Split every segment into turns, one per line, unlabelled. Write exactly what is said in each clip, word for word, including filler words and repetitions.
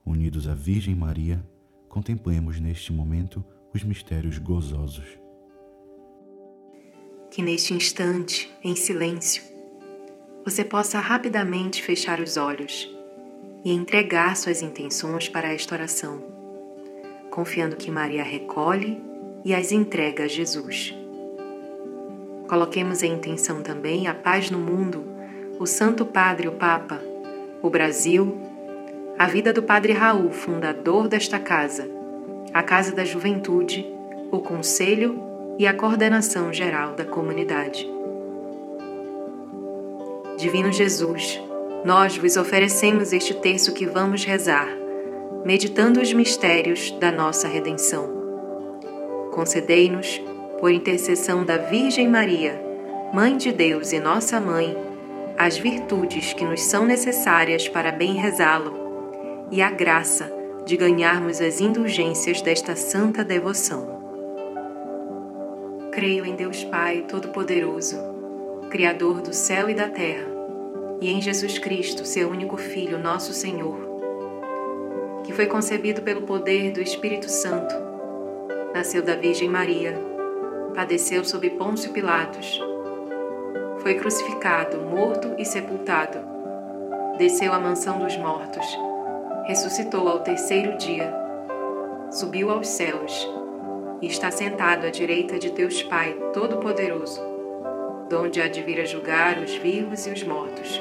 unidos à Virgem Maria, contemplemos neste momento os mistérios gozosos.
Que neste instante, em silêncio, você possa rapidamente fechar os olhos e entregar suas intenções para esta oração, confiando que Maria recolhe e as entrega a Jesus. Coloquemos em intenção também a paz no mundo, o Santo Padre, o Papa, o Brasil, a vida do Padre Raul, fundador desta casa, a Casa da Juventude, o Conselho e a coordenação geral da comunidade. Divino Jesus, nós vos oferecemos este terço que vamos rezar, meditando os mistérios da nossa redenção. Concedei-nos, por intercessão da Virgem Maria, Mãe de Deus e nossa Mãe, as virtudes que nos são necessárias para bem rezá-lo e a graça de ganharmos as indulgências desta santa devoção. Creio em Deus Pai Todo-Poderoso, Criador do céu e da terra, e em Jesus Cristo, seu único Filho, nosso Senhor, que foi concebido pelo poder do Espírito Santo, nasceu da Virgem Maria, padeceu sob Pôncio Pilatos, foi crucificado, morto e sepultado, desceu à mansão dos mortos, ressuscitou ao terceiro dia, subiu aos céus e está sentado à direita de Deus Pai Todo-Poderoso, donde há de vir a julgar os vivos e os mortos.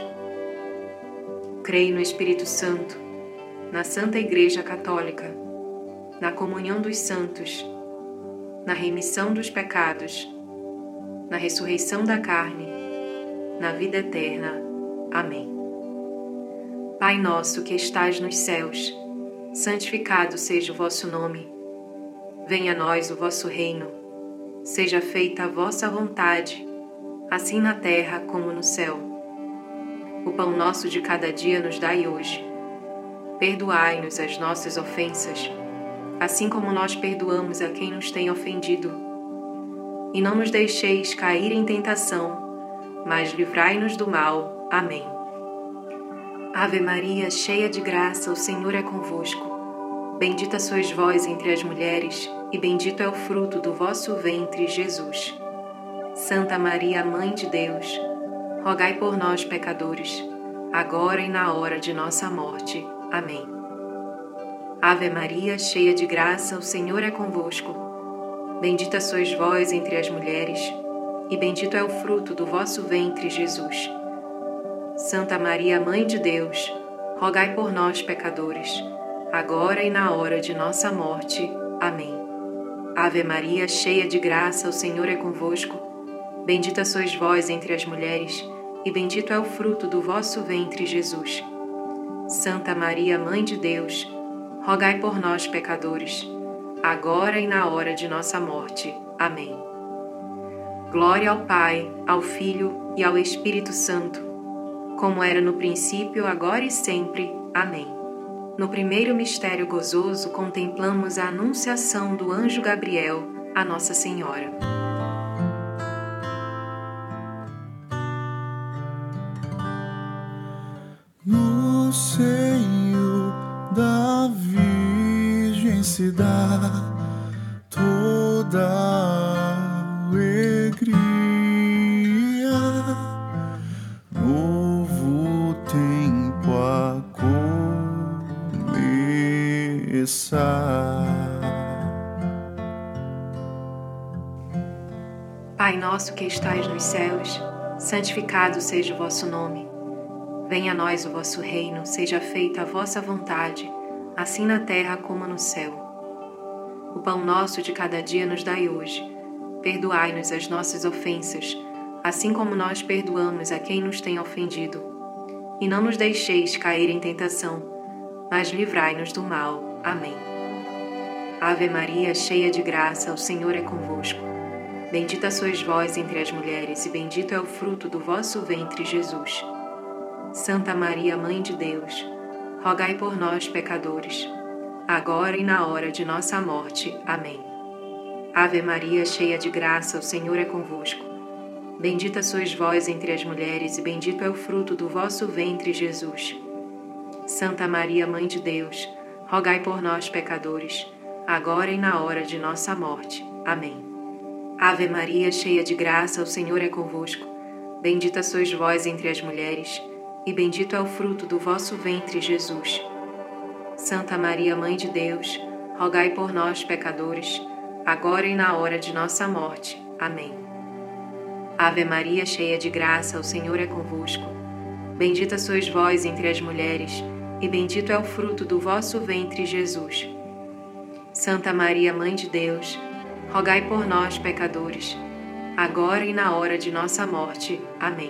Creio no Espírito Santo, na Santa Igreja Católica, na comunhão dos santos, na remissão dos pecados, na ressurreição da carne, na vida eterna. Amém. Pai nosso que estais nos céus, santificado seja o vosso nome. Venha a nós o vosso reino. Seja feita a vossa vontade, assim na terra como no céu. O pão nosso de cada dia nos dai hoje. Perdoai-nos as nossas ofensas, assim como nós perdoamos a quem nos tem ofendido. E não nos deixeis cair em tentação, mas livrai-nos do mal. Amém. Ave Maria, cheia de graça, o Senhor é convosco. Bendita sois vós entre as mulheres, e bendito é o fruto do vosso ventre, Jesus. Santa Maria, Mãe de Deus, rogai por nós, pecadores, agora e na hora de nossa morte. Amém. Ave Maria, cheia de graça, o Senhor é convosco. Bendita sois vós entre as mulheres, e bendito é o fruto do vosso ventre, Jesus. Santa Maria, Mãe de Deus, rogai por nós, pecadores, agora e na hora de nossa morte. Amém. Ave Maria, cheia de graça, o Senhor é convosco. Bendita sois vós entre as mulheres, e bendito é o fruto do vosso ventre, Jesus. Santa Maria, Mãe de Deus, rogai por nós, pecadores, agora e na hora de nossa morte. Amém. Glória ao Pai, ao Filho e ao Espírito Santo, como era no princípio, agora e sempre. Amém. No primeiro mistério gozoso, contemplamos a anunciação do anjo Gabriel a Nossa Senhora.
No seio da Virgem se dá toda alegria. Novo tempo a começar.
Pai nosso que estais nos céus, santificado seja o vosso nome. Venha a nós o vosso reino, seja feita a vossa vontade, assim na terra como no céu. O pão nosso de cada dia nos dai hoje. Perdoai-nos as nossas ofensas, assim como nós perdoamos a quem nos tem ofendido. E não nos deixeis cair em tentação, mas livrai-nos do mal. Amém. Ave Maria, cheia de graça, o Senhor é convosco. Bendita sois vós entre as mulheres, e bendito é o fruto do vosso ventre, Jesus. Santa Maria, Mãe de Deus, rogai por nós, pecadores, agora e na hora de nossa morte. Amém. Ave Maria, cheia de graça, o Senhor é convosco. Bendita sois vós entre as mulheres, e bendito é o fruto do vosso ventre, Jesus. Santa Maria, Mãe de Deus, rogai por nós, pecadores, agora e na hora de nossa morte. Amém. Ave Maria, cheia de graça, o Senhor é convosco. Bendita sois vós entre as mulheres, e bendito é o fruto do vosso ventre, Jesus. Santa Maria, Mãe de Deus, rogai por nós, pecadores, agora e na hora de nossa morte. Amém. Ave Maria, cheia de graça, o Senhor é convosco. Bendita sois vós entre as mulheres, e bendito é o fruto do vosso ventre, Jesus. Santa Maria, Mãe de Deus, rogai por nós, pecadores, agora e na hora de nossa morte. Amém.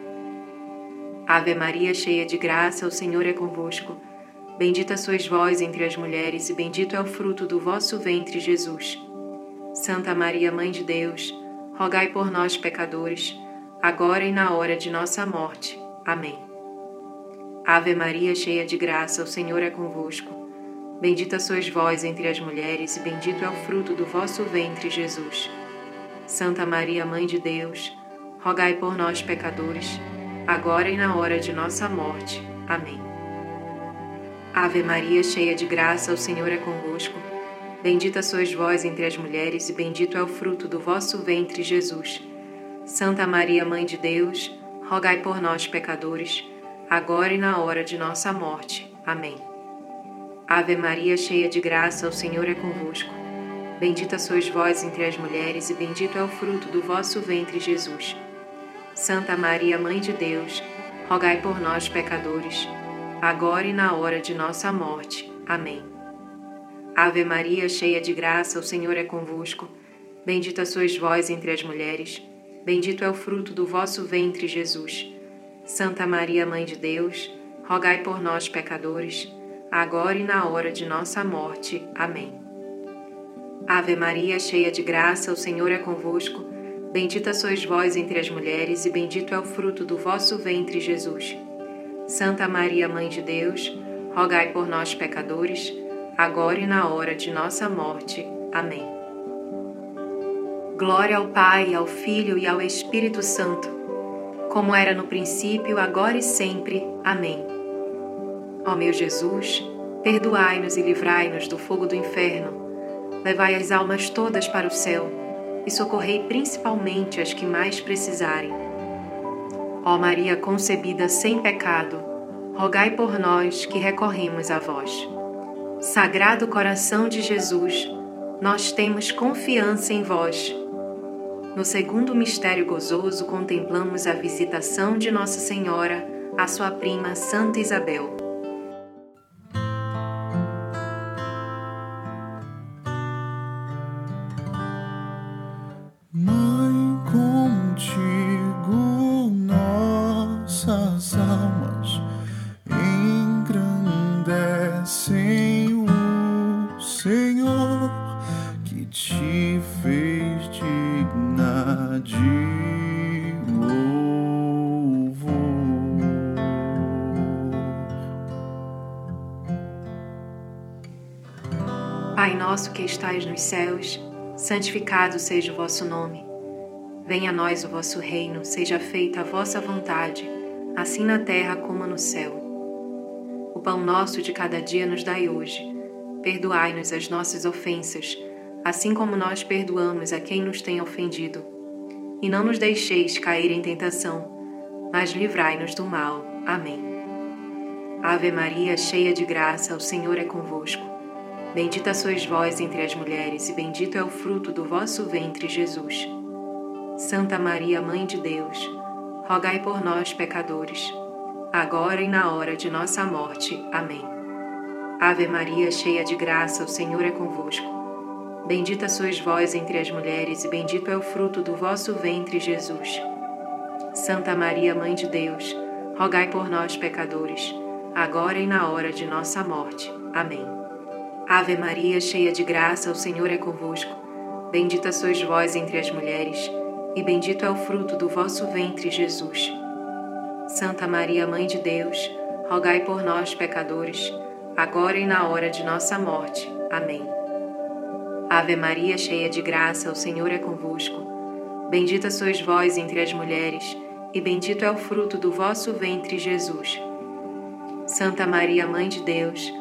Ave Maria, cheia de graça, o Senhor é convosco. Bendita sois vós entre as mulheres, e bendito é o fruto do vosso ventre, Jesus. Santa Maria, Mãe de Deus, rogai por nós, pecadores, agora e na hora de nossa morte. Amém. Ave Maria, cheia de graça, o Senhor é convosco. Bendita sois vós entre as mulheres, e bendito é o fruto do vosso ventre, Jesus. Santa Maria, Mãe de Deus, rogai por nós, pecadores, agora e na hora de nossa morte. Amém. Ave Maria, cheia de graça, o Senhor é convosco. Bendita sois vós entre as mulheres, e bendito é o fruto do vosso ventre, Jesus. Santa Maria, Mãe de Deus, rogai por nós, pecadores, agora e na hora de nossa morte. Amém. Ave Maria, cheia de graça, o Senhor é convosco. Bendita sois vós entre as mulheres, e bendito é o fruto do vosso ventre, Jesus. Santa Maria, Mãe de Deus, rogai por nós, pecadores, agora e na hora de nossa morte. Amém. Ave Maria, cheia de graça, o Senhor é convosco. Bendita sois vós entre as mulheres, bendito é o fruto do vosso ventre, Jesus. Santa Maria, Mãe de Deus, rogai por nós, pecadores, agora e na hora de nossa morte. Amém. Ave Maria, cheia de graça, o Senhor é convosco. Bendita sois vós entre as mulheres, e bendito é o fruto do vosso ventre, Jesus. Santa Maria, Mãe de Deus, rogai por nós, pecadores, agora e na hora de nossa morte. Amém. Glória ao Pai, ao Filho e ao Espírito Santo, como era no princípio, agora e sempre. Amém. Ó meu Jesus, perdoai-nos e livrai-nos do fogo do inferno, levai as almas todas para o céu e socorrei principalmente as que mais precisarem. Ó Maria concebida sem pecado, rogai por nós que recorremos a vós. Sagrado coração de Jesus, nós temos confiança em vós. No segundo mistério gozoso, contemplamos a visitação de Nossa Senhora à sua prima Santa Isabel.
Mãe, contigo nossas almas engrandecem o Senhor, que te fez digna de louvor.
Pai nosso que estais nos céus, santificado seja o vosso nome. Venha a nós o vosso reino, seja feita a vossa vontade, assim na terra como no céu. O pão nosso de cada dia nos dai hoje. Perdoai-nos as nossas ofensas, assim como nós perdoamos a quem nos tem ofendido. E não nos deixeis cair em tentação, mas livrai-nos do mal. Amém. Ave Maria, cheia de graça, o Senhor é convosco. Bendita sois vós entre as mulheres, e bendito é o fruto do vosso ventre, Jesus. Santa Maria, Mãe de Deus, rogai por nós, pecadores, agora e na hora de nossa morte. Amém. Ave Maria, cheia de graça, o Senhor é convosco. Bendita sois vós entre as mulheres, e bendito é o fruto do vosso ventre, Jesus. Santa Maria, Mãe de Deus, rogai por nós, pecadores, agora e na hora de nossa morte. Amém. Ave Maria, cheia de graça, o Senhor é convosco. Bendita sois vós entre as mulheres, e bendito é o fruto do vosso ventre, Jesus. Santa Maria, Mãe de Deus, rogai por nós, pecadores, agora e na hora de nossa morte. Amém. Ave Maria, cheia de graça, o Senhor é convosco. Bendita sois vós entre as mulheres, e bendito é o fruto do vosso ventre, Jesus. Santa Maria, Mãe de Deus,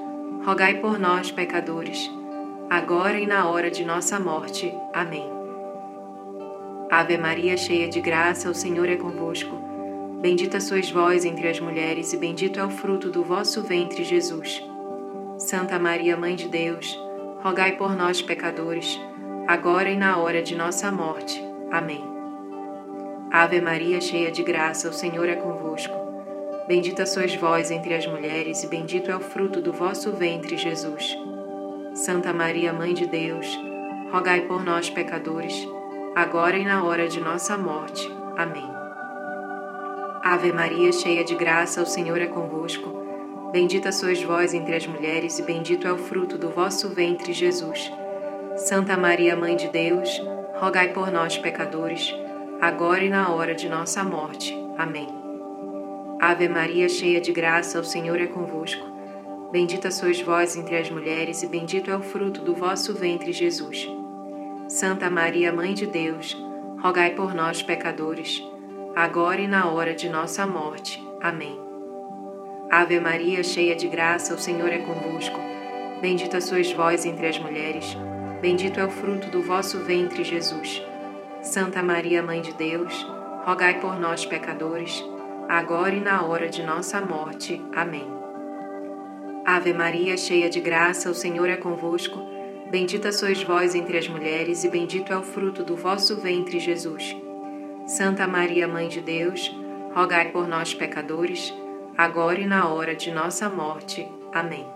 rogai por nós, pecadores, agora e na hora de nossa morte. Amém. Ave Maria, cheia de graça, o Senhor é convosco. Bendita sois vós entre as mulheres, e bendito é o fruto do vosso ventre, Jesus. Santa Maria, Mãe de Deus, rogai por nós, pecadores, agora e na hora de nossa morte. Amém. Ave Maria, cheia de graça, o Senhor é convosco. Bendita sois vós entre as mulheres, e bendito é o fruto do vosso ventre, Jesus. Santa Maria, Mãe de Deus, rogai por nós, pecadores, agora e na hora de nossa morte. Amém. Ave Maria, cheia de graça, o Senhor é convosco. Bendita sois vós entre as mulheres, e bendito é o fruto do vosso ventre, Jesus. Santa Maria, Mãe de Deus, rogai por nós, pecadores, agora e na hora de nossa morte. Amém. Ave Maria, cheia de graça, o Senhor é convosco. Bendita sois vós entre as mulheres, e bendito é o fruto do vosso ventre, Jesus. Santa Maria, Mãe de Deus, rogai por nós, pecadores, agora e na hora de nossa morte. Amém. Ave Maria, cheia de graça, o Senhor é convosco. Bendita sois vós entre as mulheres, bendito é o fruto do vosso ventre, Jesus. Santa Maria, Mãe de Deus, rogai por nós, pecadores, agora e na hora de nossa morte. Amém. Ave Maria, cheia de graça, o Senhor é convosco. Bendita sois vós entre as mulheres, e bendito é o fruto do vosso ventre, Jesus. Santa Maria, Mãe de Deus, rogai por nós, pecadores, agora e na hora de nossa morte. Amém.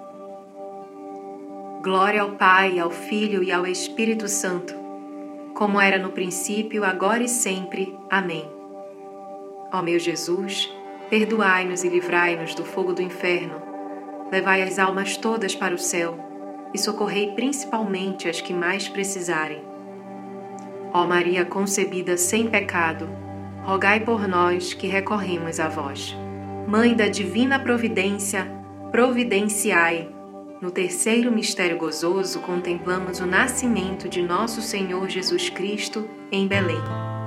Glória ao Pai, ao Filho e ao Espírito Santo, como era no princípio, agora e sempre. Amém. Ó meu Jesus, perdoai-nos e livrai-nos do fogo do inferno, levai as almas todas para o céu e socorrei principalmente as que mais precisarem. Ó Maria concebida sem pecado, rogai por nós que recorremos a vós. Mãe da divina providência, providenciai. No terceiro mistério gozoso, contemplamos o nascimento de nosso Senhor Jesus Cristo em Belém.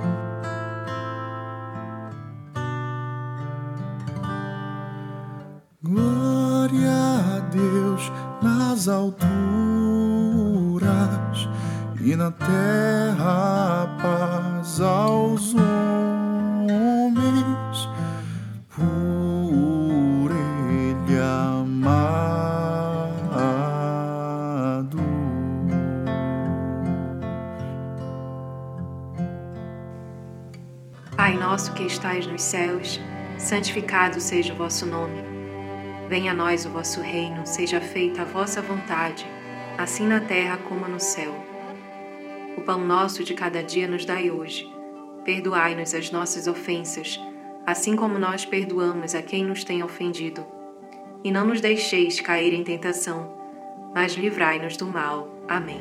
Glória a Deus nas alturas, e na terra a paz aos homens, por Ele amado.
Pai nosso que estais nos céus, santificado seja o vosso nome. Venha a nós o vosso reino, seja feita a vossa vontade, assim na terra como no céu. O pão nosso de cada dia nos dai hoje. Perdoai-nos as nossas ofensas, assim como nós perdoamos a quem nos tem ofendido. E não nos deixeis cair em tentação, mas livrai-nos do mal. Amém.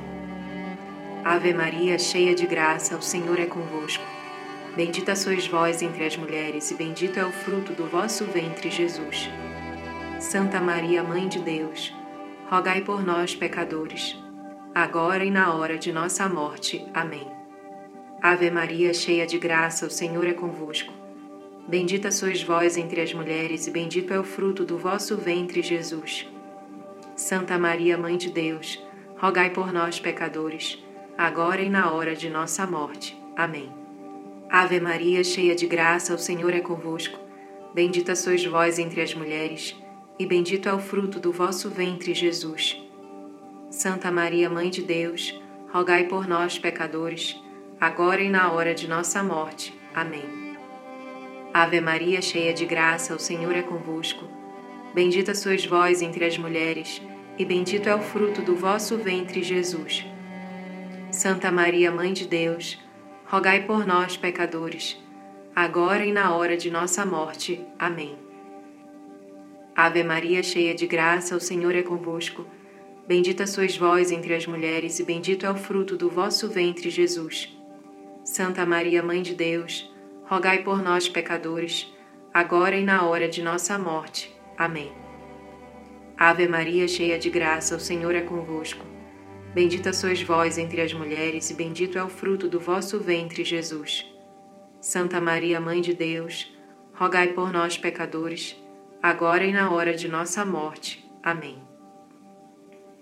Ave Maria, cheia de graça, o Senhor é convosco. Bendita sois vós entre as mulheres, e bendito é o fruto do vosso ventre, Jesus. Santa Maria, Mãe de Deus, rogai por nós, pecadores, agora e na hora de nossa morte. Amém. Ave Maria, cheia de graça, o Senhor é convosco. Bendita sois vós entre as mulheres, e bendito é o fruto do vosso ventre, Jesus. Santa Maria, Mãe de Deus, rogai por nós, pecadores, agora e na hora de nossa morte. Amém. Ave Maria, cheia de graça, o Senhor é convosco. Bendita sois vós entre as mulheres, e bendito é o fruto do vosso ventre, Jesus. Santa Maria, Mãe de Deus, rogai por nós, pecadores, agora e na hora de nossa morte. Amém. Ave Maria, cheia de graça, o Senhor é convosco. Bendita sois vós entre as mulheres, e bendito é o fruto do vosso ventre, Jesus. Santa Maria, Mãe de Deus, rogai por nós, pecadores, agora e na hora de nossa morte. Amém. Ave Maria, cheia de graça, o Senhor é convosco. Bendita sois vós entre as mulheres, e bendito é o fruto do vosso ventre, Jesus. Santa Maria, Mãe de Deus, rogai por nós, pecadores, agora e na hora de nossa morte. Amém. Ave Maria, cheia de graça, o Senhor é convosco. Bendita sois vós entre as mulheres, e bendito é o fruto do vosso ventre, Jesus. Santa Maria, Mãe de Deus, rogai por nós, pecadores, agora e na hora de nossa morte. Amém.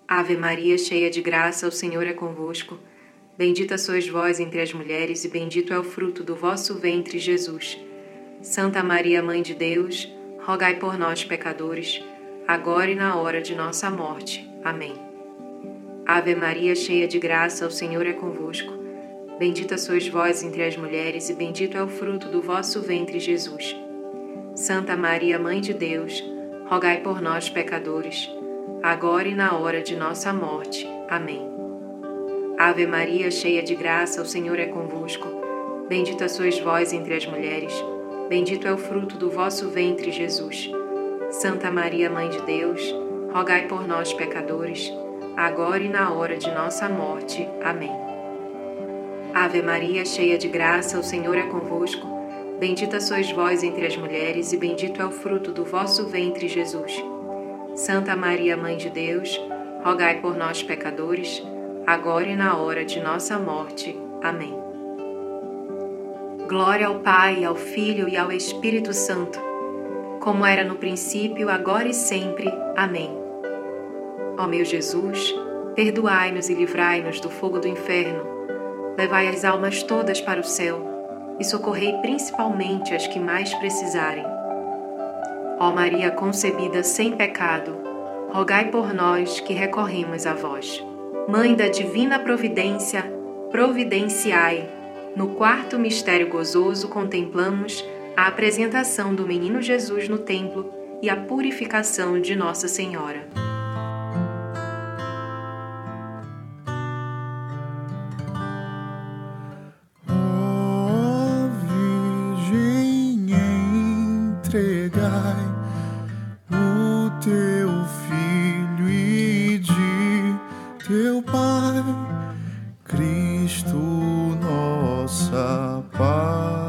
Ave Maria, cheia de graça, o Senhor é convosco. Bendita sois vós entre as mulheres, e bendito é o fruto do vosso ventre, Jesus. Santa Maria, Mãe de Deus, rogai por nós, pecadores, agora e na hora de nossa morte. Amém. Ave Maria, cheia de graça, o Senhor é convosco. Bendita sois vós entre as mulheres, e bendito é o fruto do vosso ventre, Jesus. Santa Maria, Mãe de Deus, rogai por nós, pecadores, agora e na hora de nossa morte. Amém. Ave Maria, cheia de graça, o Senhor é convosco. Bendita sois vós entre as mulheres, bendito é o fruto do vosso ventre, Jesus. Santa Maria, Mãe de Deus, rogai por nós, pecadores, agora e na hora de nossa morte. Amém. Ave Maria, cheia de graça, o Senhor é convosco. Bendita sois vós entre as mulheres, e bendito é o fruto do vosso ventre, Jesus. Santa Maria, Mãe de Deus, rogai por nós, pecadores, agora e na hora de nossa morte. Amém. Glória ao Pai, ao Filho e ao Espírito Santo, como era no princípio, agora e sempre. Amém. Ó meu Jesus, perdoai-nos e livrai-nos do fogo do inferno, levai as almas todas para o céu e socorrei principalmente as que mais precisarem. Ó Maria concebida sem pecado, rogai por nós que recorremos a vós. Mãe da divina providência, providenciai. No quarto mistério gozoso contemplamos a apresentação do menino Jesus no templo e a purificação de Nossa Senhora.
Ó Virgem, entregai o teu Filho e de teu Pai, Cristo, nossa paz.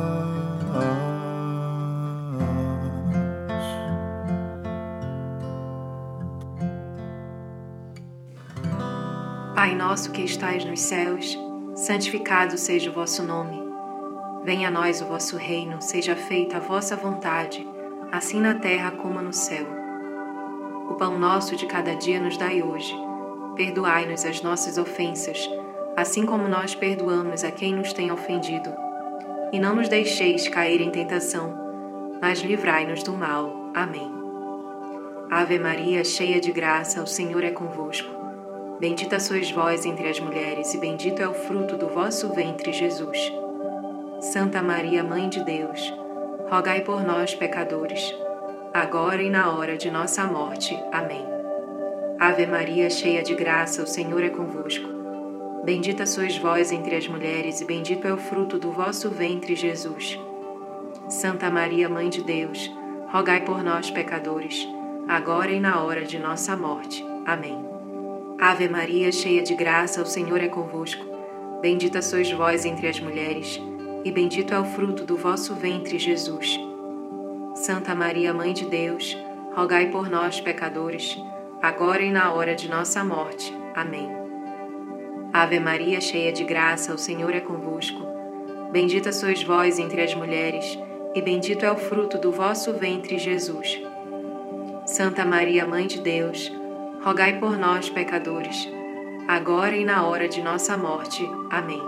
Pai nosso que estais nos céus, santificado seja o vosso nome. Venha a nós o vosso reino, seja feita a vossa vontade, assim na terra como no céu. O pão nosso de cada dia nos dai hoje. Perdoai-nos as nossas ofensas, assim como nós perdoamos a quem nos tem ofendido. E não nos deixeis cair em tentação, mas livrai-nos do mal. Amém. Ave Maria, cheia de graça, o Senhor é convosco. Bendita sois vós entre as mulheres, e bendito é o fruto do vosso ventre, Jesus. Santa Maria, Mãe de Deus, rogai por nós, pecadores, agora e na hora de nossa morte. Amém. Ave Maria, cheia de graça, o Senhor é convosco. Bendita sois vós entre as mulheres, e bendito é o fruto do vosso ventre, Jesus. Santa Maria, Mãe de Deus, rogai por nós, pecadores, agora e na hora de nossa morte. Amém. Ave Maria, cheia de graça, o Senhor é convosco. Bendita sois vós entre as mulheres, e bendito é o fruto do vosso ventre, Jesus. Santa Maria, Mãe de Deus, rogai por nós, pecadores, agora e na hora de nossa morte. Amém. Ave Maria, cheia de graça, o Senhor é convosco. Bendita sois vós entre as mulheres, e bendito é o fruto do vosso ventre, Jesus. Santa Maria, Mãe de Deus, rogai por nós, pecadores, agora e na hora de nossa morte. Amém.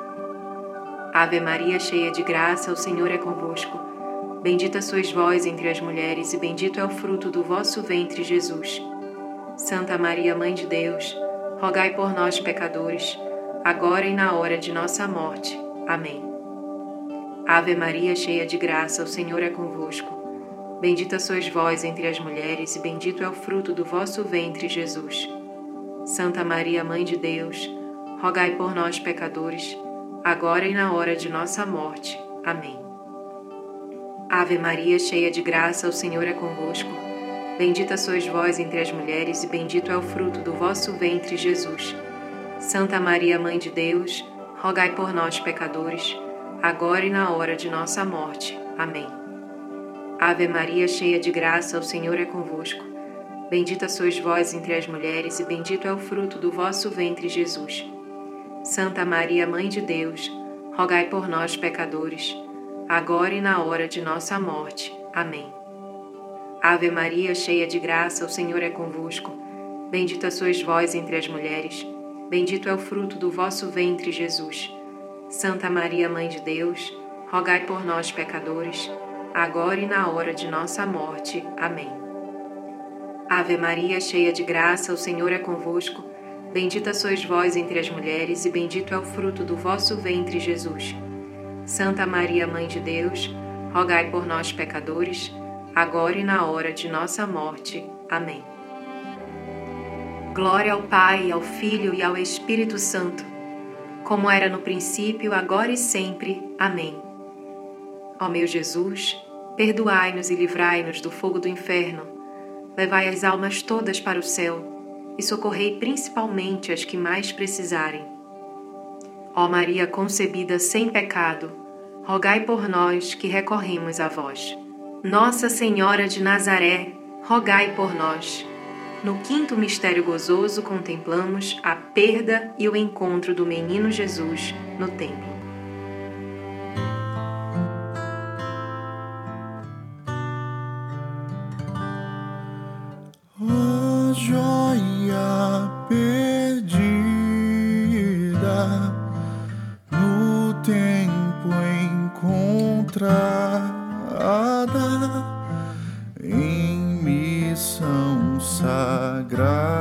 Ave Maria, cheia de graça, o Senhor é convosco. Bendita sois vós entre as mulheres, e bendito é o fruto do vosso ventre, Jesus. Santa Maria, Mãe de Deus, rogai por nós, pecadores, agora e na hora de nossa morte. Amém. Ave Maria, cheia de graça, o Senhor é convosco. Bendita sois vós entre as mulheres, e bendito é o fruto do vosso ventre, Jesus. Santa Maria, Mãe de Deus, rogai por nós, pecadores, agora e na hora de nossa morte. Amém. Ave Maria, cheia de graça, o Senhor é convosco. Bendita sois vós entre as mulheres, e bendito é o fruto do vosso ventre, Jesus. Santa Maria, Mãe de Deus, rogai por nós, pecadores, agora e na hora de nossa morte. Amém. Ave Maria, cheia de graça, o Senhor é convosco. Bendita sois vós entre as mulheres, e bendito é o fruto do vosso ventre, Jesus. Santa Maria, Mãe de Deus, rogai por nós, pecadores, agora e na hora de nossa morte. Amém. Ave Maria, cheia de graça, o Senhor é convosco. Bendita sois vós entre as mulheres, bendito é o fruto do vosso ventre, Jesus. Santa Maria, Mãe de Deus, rogai por nós, pecadores, agora e na hora de nossa morte. Amém. Ave Maria, cheia de graça, o Senhor é convosco. Bendita sois vós entre as mulheres, e bendito é o fruto do vosso ventre, Jesus. Santa Maria, Mãe de Deus, rogai por nós, pecadores, agora e na hora de nossa morte. Amém. Glória ao Pai, ao Filho e ao Espírito Santo, como era no princípio, agora e sempre. Amém. Ó meu Jesus, perdoai-nos e livrai-nos do fogo do inferno, levai as almas todas para o céu e socorrei principalmente as que mais precisarem. Ó Maria concebida sem pecado, rogai por nós que recorremos a vós. Nossa Senhora de Nazaré, rogai por nós. No quinto mistério gozoso contemplamos a perda e o encontro do menino Jesus no templo.
Ó joia perdida no tempo encontrada em missão sagrada.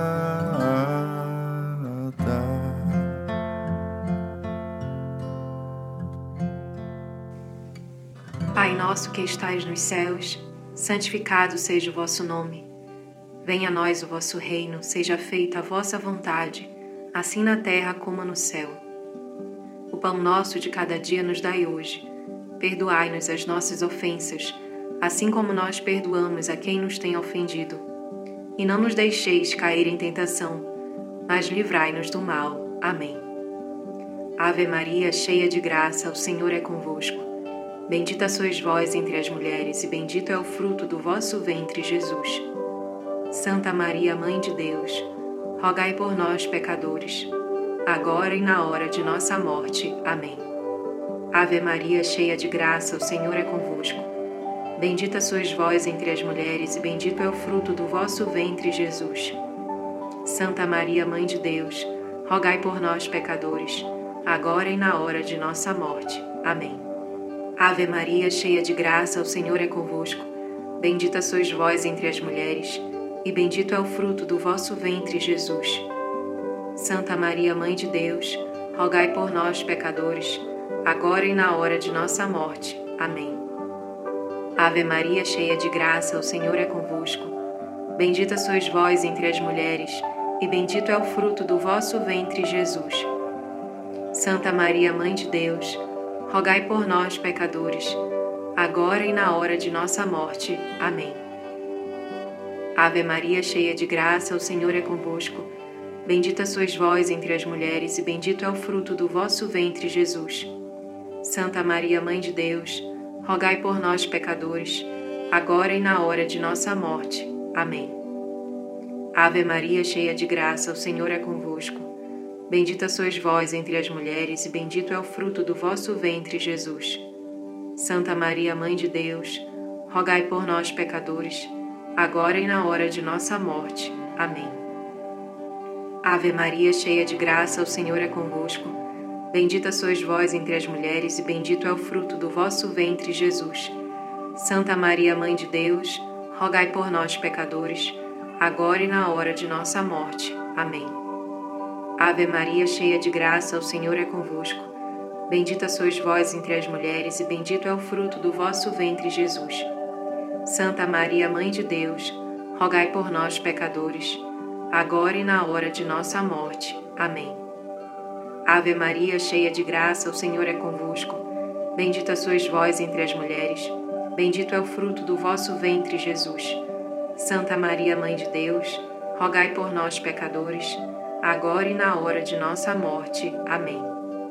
Pai nosso que estais nos céus, santificado seja o vosso nome. Venha a nós o vosso reino, seja feita a vossa vontade, assim na terra como no céu. O pão nosso de cada dia nos dai hoje. Perdoai-nos as nossas ofensas, assim como nós perdoamos a quem nos tem ofendido. E não nos deixeis cair em tentação, mas livrai-nos do mal. Amém. Ave Maria, cheia de graça, o Senhor é convosco. Bendita sois vós entre as mulheres, e bendito é o fruto do vosso ventre, Jesus. Santa Maria, Mãe de Deus, rogai por nós, pecadores, agora e na hora de nossa morte. Amém. Ave Maria, cheia de graça, o Senhor é convosco. Bendita sois vós entre as mulheres, e bendito é o fruto do vosso ventre, Jesus. Santa Maria, Mãe de Deus, rogai por nós, pecadores, agora e na hora de nossa morte. Amém. Ave Maria, cheia de graça, o Senhor é convosco. Bendita sois vós entre as mulheres, e bendito é o fruto do vosso ventre, Jesus. Santa Maria, Mãe de Deus, rogai por nós, pecadores, agora e na hora de nossa morte. Amém. Ave Maria, cheia de graça, o Senhor é convosco. Bendita sois vós entre as mulheres, e bendito é o fruto do vosso ventre, Jesus. Santa Maria, Mãe de Deus, rogai por nós, pecadores, agora e na hora de nossa morte. Amém. Ave Maria, cheia de graça, o Senhor é convosco. Bendita sois vós entre as mulheres, e bendito é o fruto do vosso ventre, Jesus. Santa Maria, Mãe de Deus, rogai por nós, pecadores, agora e na hora de nossa morte. Amém. Ave Maria, cheia de graça, o Senhor é convosco. Bendita sois vós entre as mulheres, e bendito é o fruto do vosso ventre, Jesus. Santa Maria, Mãe de Deus, rogai por nós, pecadores, agora e na hora de nossa morte. Amém. Ave Maria, cheia de graça, o Senhor é convosco. Bendita sois vós entre as mulheres, e bendito é o fruto do vosso ventre, Jesus. Santa Maria, Mãe de Deus, rogai por nós, pecadores, agora e na hora de nossa morte. Amém. Ave Maria, cheia de graça, o Senhor é convosco. Bendita sois vós entre as mulheres, e bendito é o fruto do vosso ventre, Jesus. Santa Maria, Mãe de Deus, rogai por nós, pecadores, agora e na hora de nossa morte. Amém. Ave Maria, cheia de graça, o Senhor é convosco. Bendita sois vós entre as mulheres, bendito é o fruto do vosso ventre, Jesus. Santa Maria, Mãe de Deus, rogai por nós, pecadores, agora e na hora de nossa morte. Amém.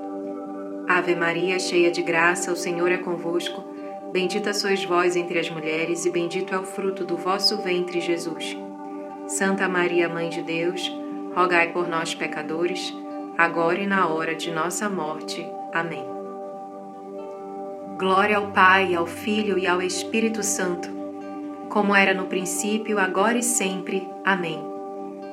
Ave Maria, cheia de graça, o Senhor é convosco. Bendita sois vós entre as mulheres, e bendito é o fruto do vosso ventre, Jesus. Santa Maria, Mãe de Deus, rogai por nós, pecadores, agora e na hora de nossa morte. Amém. Glória ao Pai, ao Filho e ao Espírito Santo, como era no princípio, agora e sempre. Amém.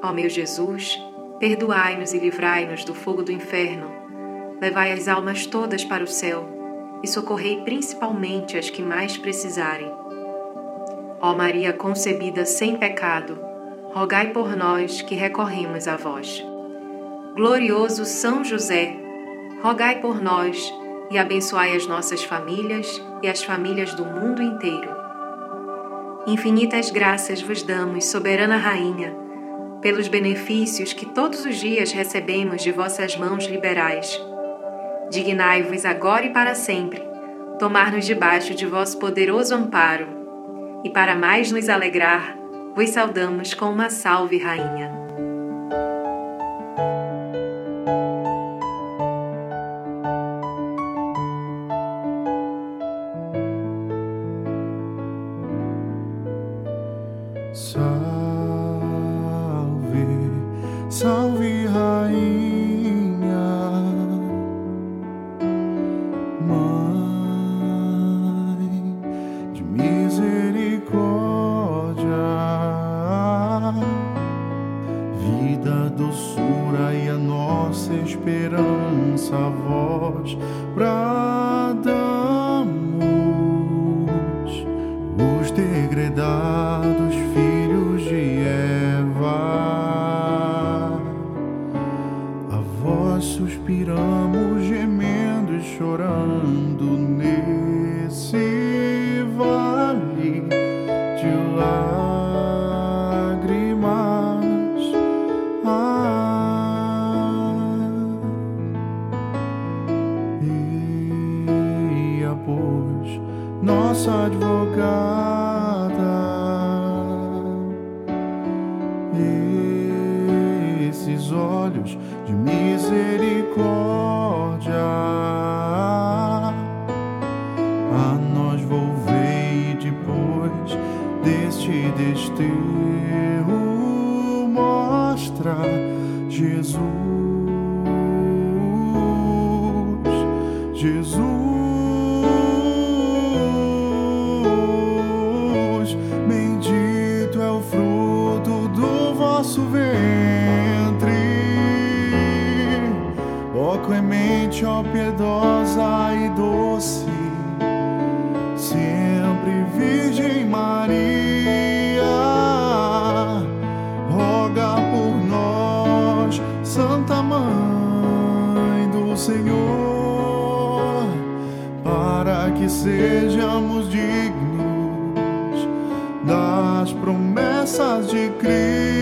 Ó meu Jesus, perdoai-nos e livrai-nos do fogo do inferno, levai as almas todas para o céu e socorrei principalmente as que mais precisarem. Ó Maria concebida sem pecado, rogai por nós que recorremos a vós. Glorioso São José, rogai por nós e abençoai as nossas famílias e as famílias do mundo inteiro. Infinitas graças vos damos, soberana Rainha, pelos benefícios que todos os dias recebemos de vossas mãos liberais. Dignai-vos agora e para sempre tomar-nos debaixo de vosso poderoso amparo, e para mais nos alegrar, vos saudamos com uma salve, Rainha.
Salve, salve, Rainha, Mãe de misericórdia, vida, doçura e a nossa esperança, a vós bradamos, os degredados filhos de Eva. A vós suspiramos, gemendo e chorando nesse vale de lágrimas. Ah, eia, pois, nossa advogada, esses olhos de misericórdia a nós volvei depois deste desterro. Mostra Jesus, Jesus, bendito é o fruto do vosso ventre, ó clemente, ó piedosa e doce, sempre Virgem Maria, roga por nós, Santa Mãe do Senhor, para que sejamos dignos das promessas de Cristo.